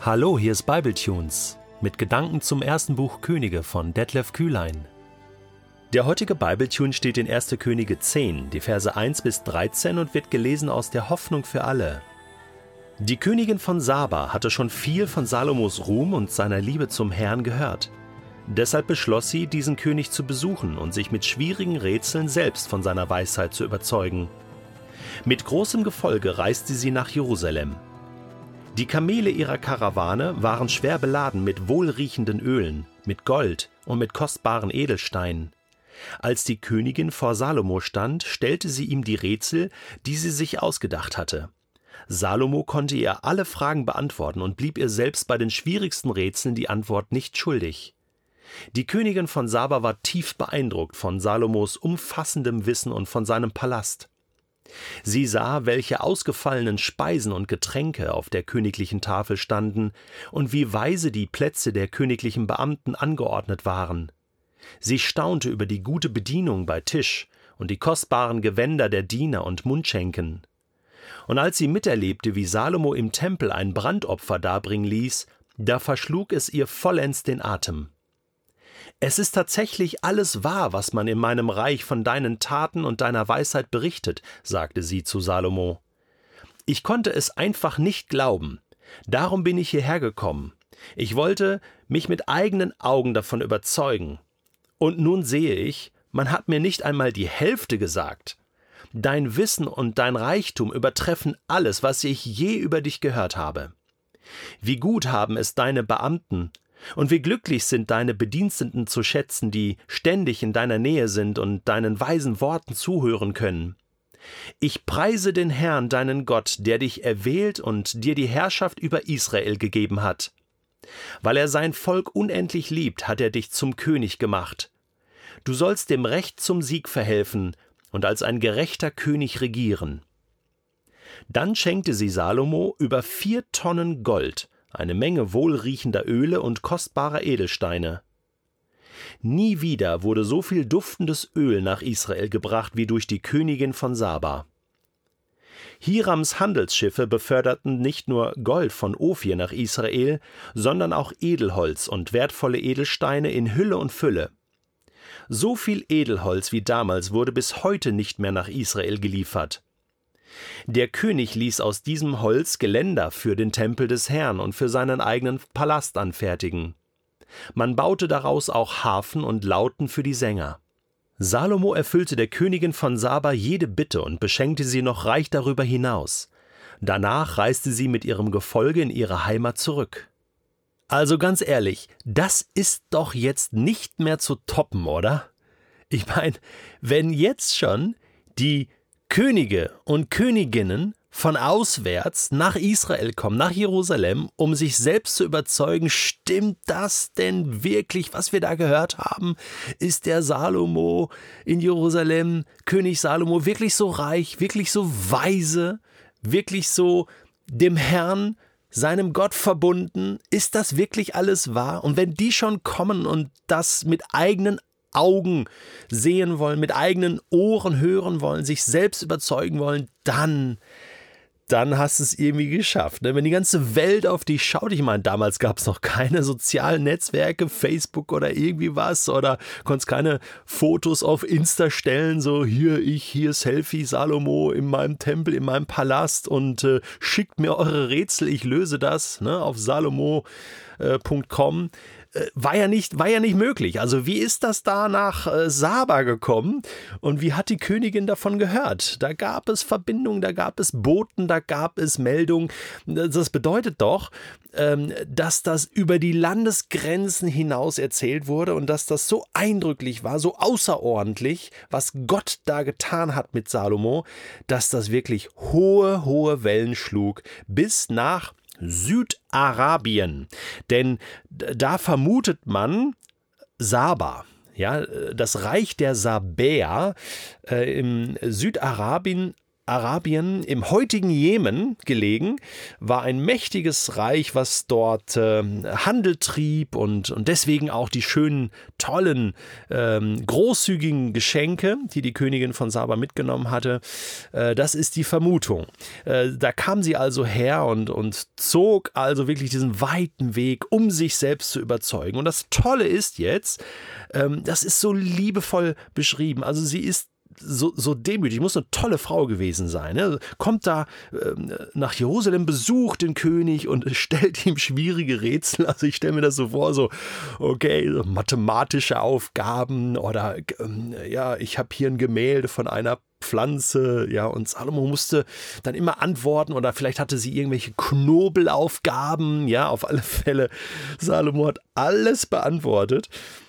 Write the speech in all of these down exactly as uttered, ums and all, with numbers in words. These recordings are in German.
Hallo, hier ist Bibletunes mit Gedanken zum ersten Buch Könige von Detlef Kühlein. Der heutige Bibletune steht in erster Könige zehn, die Verse eins bis dreizehn und wird gelesen aus der Hoffnung für alle. Die Königin von Saba hatte schon viel von Salomos Ruhm und seiner Liebe zum Herrn gehört. Deshalb beschloss sie, diesen König zu besuchen und sich mit schwierigen Rätseln selbst von seiner Weisheit zu überzeugen. Mit großem Gefolge reiste sie nach Jerusalem. Die Kamele ihrer Karawane waren schwer beladen mit wohlriechenden Ölen, mit Gold und mit kostbaren Edelsteinen. Als die Königin vor Salomo stand, stellte sie ihm die Rätsel, die sie sich ausgedacht hatte. Salomo konnte ihr alle Fragen beantworten und blieb ihr selbst bei den schwierigsten Rätseln die Antwort nicht schuldig. Die Königin von Saba war tief beeindruckt von Salomos umfassendem Wissen und von seinem Palast. Sie sah, welche ausgefallenen Speisen und Getränke auf der königlichen Tafel standen und wie weise die Plätze der königlichen Beamten angeordnet waren. Sie staunte über die gute Bedienung bei Tisch und die kostbaren Gewänder der Diener und Mundschenken. Und als sie miterlebte, wie Salomo im Tempel ein Brandopfer darbringen ließ, da verschlug es ihr vollends den Atem. »Es ist tatsächlich alles wahr, was man in meinem Reich von deinen Taten und deiner Weisheit berichtet«, sagte sie zu Salomo. »Ich konnte es einfach nicht glauben. Darum bin ich hierher gekommen. Ich wollte mich mit eigenen Augen davon überzeugen. Und nun sehe ich, man hat mir nicht einmal die Hälfte gesagt. Dein Wissen und dein Reichtum übertreffen alles, was ich je über dich gehört habe. Wie gut haben es deine Beamten, und wie glücklich sind deine Bediensteten zu schätzen, die ständig in deiner Nähe sind und deinen weisen Worten zuhören können. Ich preise den Herrn, deinen Gott, der dich erwählt und dir die Herrschaft über Israel gegeben hat. Weil er sein Volk unendlich liebt, hat er dich zum König gemacht. Du sollst dem Recht zum Sieg verhelfen und als ein gerechter König regieren.« Dann schenkte sie Salomo über vier Tonnen Gold, eine Menge wohlriechender Öle und kostbarer Edelsteine. Nie wieder wurde so viel duftendes Öl nach Israel gebracht wie durch die Königin von Saba. Hirams Handelsschiffe beförderten nicht nur Gold von Ophir nach Israel, sondern auch Edelholz und wertvolle Edelsteine in Hülle und Fülle. So viel Edelholz wie damals wurde bis heute nicht mehr nach Israel geliefert. Der König ließ aus diesem Holz Geländer für den Tempel des Herrn und für seinen eigenen Palast anfertigen. Man baute daraus auch Harfen und Lauten für die Sänger. Salomo erfüllte der Königin von Saba jede Bitte und beschenkte sie noch reich darüber hinaus. Danach reiste sie mit ihrem Gefolge in ihre Heimat zurück. Also ganz ehrlich, das ist doch jetzt nicht mehr zu toppen, oder? Ich meine, wenn jetzt schon die Könige und Königinnen von auswärts nach Israel kommen, nach Jerusalem, um sich selbst zu überzeugen, stimmt das denn wirklich, was wir da gehört haben? Ist der Salomo in Jerusalem, König Salomo, wirklich so reich, wirklich so weise, wirklich so dem Herrn, seinem Gott verbunden? Ist das wirklich alles wahr? Und wenn die schon kommen und das mit eigenen Augen sehen wollen, mit eigenen Ohren hören wollen, sich selbst überzeugen wollen, dann, dann hast du es irgendwie geschafft. Ne? Wenn die ganze Welt auf dich schaut, ich meine, damals gab es noch keine sozialen Netzwerke, Facebook oder irgendwie was, oder konntest keine Fotos auf Insta stellen, so hier ich, hier Selfie, Salomo in meinem Tempel, in meinem Palast und äh, schickt mir eure Rätsel, ich löse das, ne, auf salomo punkt com. War ja nicht, war ja nicht möglich. Also wie ist das da nach äh, Saba gekommen und wie hat die Königin davon gehört? Da gab es Verbindungen, da gab es Boten, da gab es Meldungen. Das bedeutet doch, ähm, dass das über die Landesgrenzen hinaus erzählt wurde und dass das so eindrücklich war, so außerordentlich, was Gott da getan hat mit Salomo, dass das wirklich hohe, hohe Wellen schlug bis nach Südarabien, denn da vermutet man Saba, ja, das Reich der Sabäer äh, im Südarabien Arabien im heutigen Jemen gelegen, war ein mächtiges Reich, was dort äh, Handel trieb und, und deswegen auch die schönen, tollen, ähm, großzügigen Geschenke, die die Königin von Saba mitgenommen hatte. Äh, das ist die Vermutung. Äh, da kam sie also her und, und zog also wirklich diesen weiten Weg, um sich selbst zu überzeugen. Und das Tolle ist jetzt, ähm, das ist so liebevoll beschrieben. Also sie ist So, so demütig, muss eine tolle Frau gewesen sein. Ne? Kommt da äh, nach Jerusalem, besucht den König und stellt ihm schwierige Rätsel. Also ich stelle mir das so vor, so okay, so mathematische Aufgaben oder äh, ja, ich habe hier ein Gemälde von einer Pflanze, ja, und Salomo musste dann immer antworten oder vielleicht hatte sie irgendwelche Knobelaufgaben, ja, auf alle Fälle. Salomo hat alles beantwortet.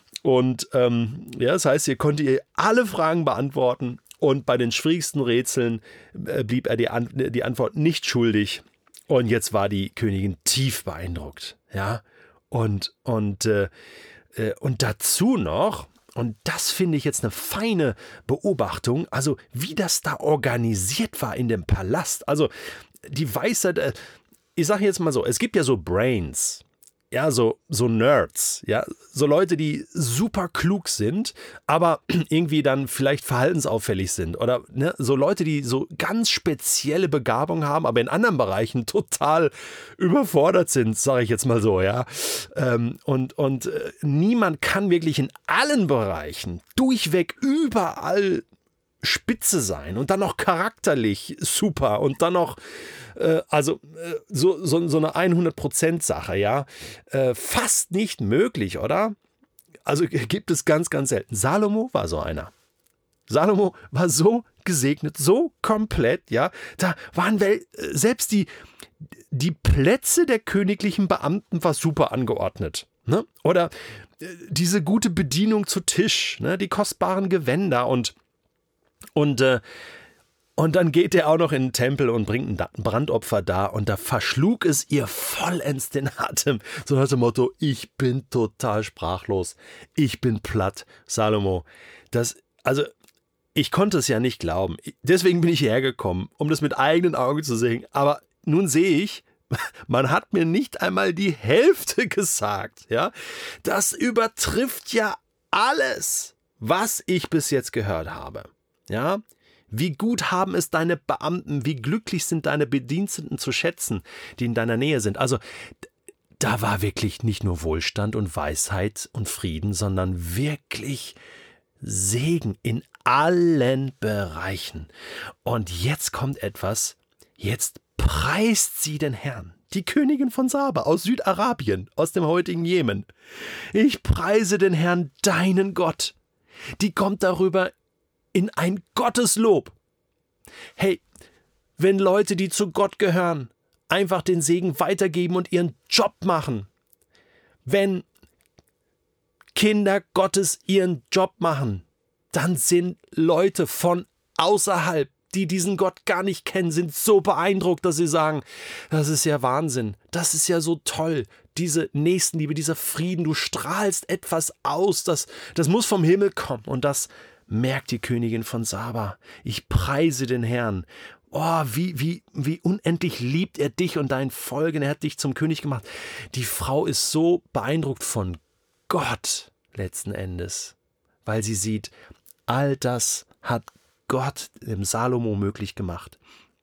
Und ähm, ja, das heißt, ihr konnte ihr alle Fragen beantworten und bei den schwierigsten Rätseln äh, blieb er die, An- die Antwort nicht schuldig. Und jetzt war die Königin tief beeindruckt. Ja, und, und, äh, äh, und dazu noch, und das finde ich jetzt eine feine Beobachtung, also wie das da organisiert war in dem Palast. Also die Weisheit, äh, ich sage jetzt mal so, es gibt ja so Brains. Ja, so, so Nerds, ja, so Leute, die super klug sind, aber irgendwie dann vielleicht verhaltensauffällig sind oder ne, so Leute, die so ganz spezielle Begabung haben, aber in anderen Bereichen total überfordert sind, sage ich jetzt mal so, ja. Ähm, und und äh, niemand kann wirklich in allen Bereichen durchweg überall spitze sein und dann noch charakterlich super und dann noch äh, also äh, so, so, so eine hundert Prozent Sache, ja, äh, fast nicht möglich, oder? Also gibt es ganz, ganz selten. Salomo war so einer. Salomo war so gesegnet, so komplett, ja, da waren wel- selbst die, die Plätze der königlichen Beamten war super angeordnet, ne? Oder äh, diese gute Bedienung zu Tisch, ne? Die kostbaren Gewänder und Und, äh, und dann geht er auch noch in den Tempel und bringt ein Brandopfer da und da verschlug es ihr vollends den Atem. So nach dem Motto, ich bin total sprachlos, ich bin platt, Salomo. Das, also ich konnte es ja nicht glauben. Deswegen bin ich hierher gekommen, um das mit eigenen Augen zu sehen. Aber nun sehe ich, man hat mir nicht einmal die Hälfte gesagt. Ja? Das übertrifft ja alles, was ich bis jetzt gehört habe. Ja, wie gut haben es deine Beamten, wie glücklich sind deine Bediensteten zu schätzen, die in deiner Nähe sind. Also da war wirklich nicht nur Wohlstand und Weisheit und Frieden, sondern wirklich Segen in allen Bereichen. Und jetzt kommt etwas, jetzt preist sie den Herrn, die Königin von Saba aus Südarabien, aus dem heutigen Jemen. Ich preise den Herrn, deinen Gott. Die kommt darüber in ein Gotteslob. Hey, wenn Leute, die zu Gott gehören, einfach den Segen weitergeben und ihren Job machen, wenn Kinder Gottes ihren Job machen, dann sind Leute von außerhalb, die diesen Gott gar nicht kennen, sind so beeindruckt, dass sie sagen, das ist ja Wahnsinn, das ist ja so toll, diese Nächstenliebe, dieser Frieden, du strahlst etwas aus, das, das muss vom Himmel kommen und das merkt die Königin von Saba. Ich preise den Herrn. Oh, wie, wie, wie unendlich liebt er dich und dein Volk. Er hat dich zum König gemacht. Die Frau ist so beeindruckt von Gott letzten Endes, weil sie sieht, all das hat Gott dem Salomo möglich gemacht.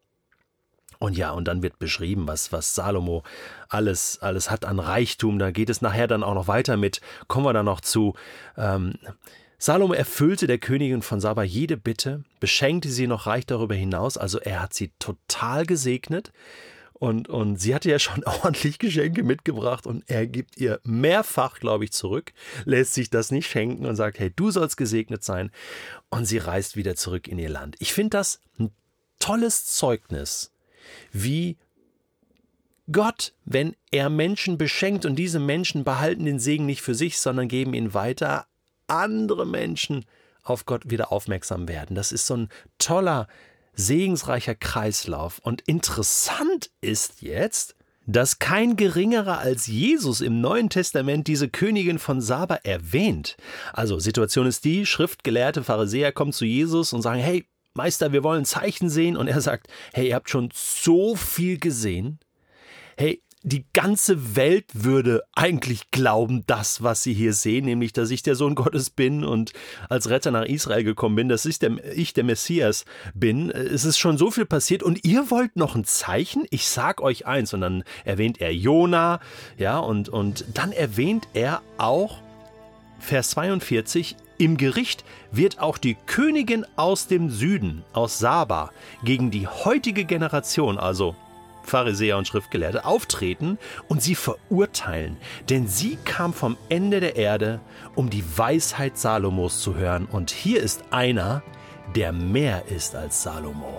Und ja, und dann wird beschrieben, was, was Salomo alles, alles hat an Reichtum. Da geht es nachher dann auch noch weiter mit, kommen wir dann noch zu. Ähm, Salomo erfüllte der Königin von Saba jede Bitte, beschenkte sie noch reich darüber hinaus, also er hat sie total gesegnet und, und sie hatte ja schon ordentlich Geschenke mitgebracht und er gibt ihr mehrfach, glaube ich, zurück, lässt sich das nicht schenken und sagt, hey, du sollst gesegnet sein und sie reist wieder zurück in ihr Land. Ich finde das ein tolles Zeugnis, wie Gott, wenn er Menschen beschenkt und diese Menschen behalten den Segen nicht für sich, sondern geben ihn weiter, andere Menschen auf Gott wieder aufmerksam werden. Das ist so ein toller, segensreicher Kreislauf. Und interessant ist jetzt, dass kein Geringerer als Jesus im Neuen Testament diese Königin von Saba erwähnt. Also Situation ist die, schriftgelehrte Pharisäer kommen zu Jesus und sagen, hey, Meister, wir wollen Zeichen sehen. Und er sagt, hey, ihr habt schon so viel gesehen. Hey, die ganze Welt würde eigentlich glauben, das, was sie hier sehen, nämlich, dass ich der Sohn Gottes bin und als Retter nach Israel gekommen bin, dass ich der, ich der Messias bin. Es ist schon so viel passiert und ihr wollt noch ein Zeichen? Ich sag euch eins. Und dann erwähnt er Jona, ja, und, und dann erwähnt er auch, Vers zweiundvierzig, im Gericht wird auch die Königin aus dem Süden, aus Saba, gegen die heutige Generation, also Pharisäer und Schriftgelehrte, auftreten und sie verurteilen, denn sie kam vom Ende der Erde, um die Weisheit Salomos zu hören. Und hier ist einer, der mehr ist als Salomo.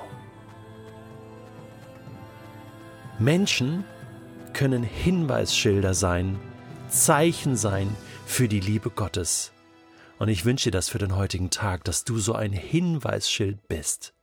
Menschen können Hinweisschilder sein, Zeichen sein für die Liebe Gottes. Und ich wünsche dir das für den heutigen Tag, dass du so ein Hinweisschild bist.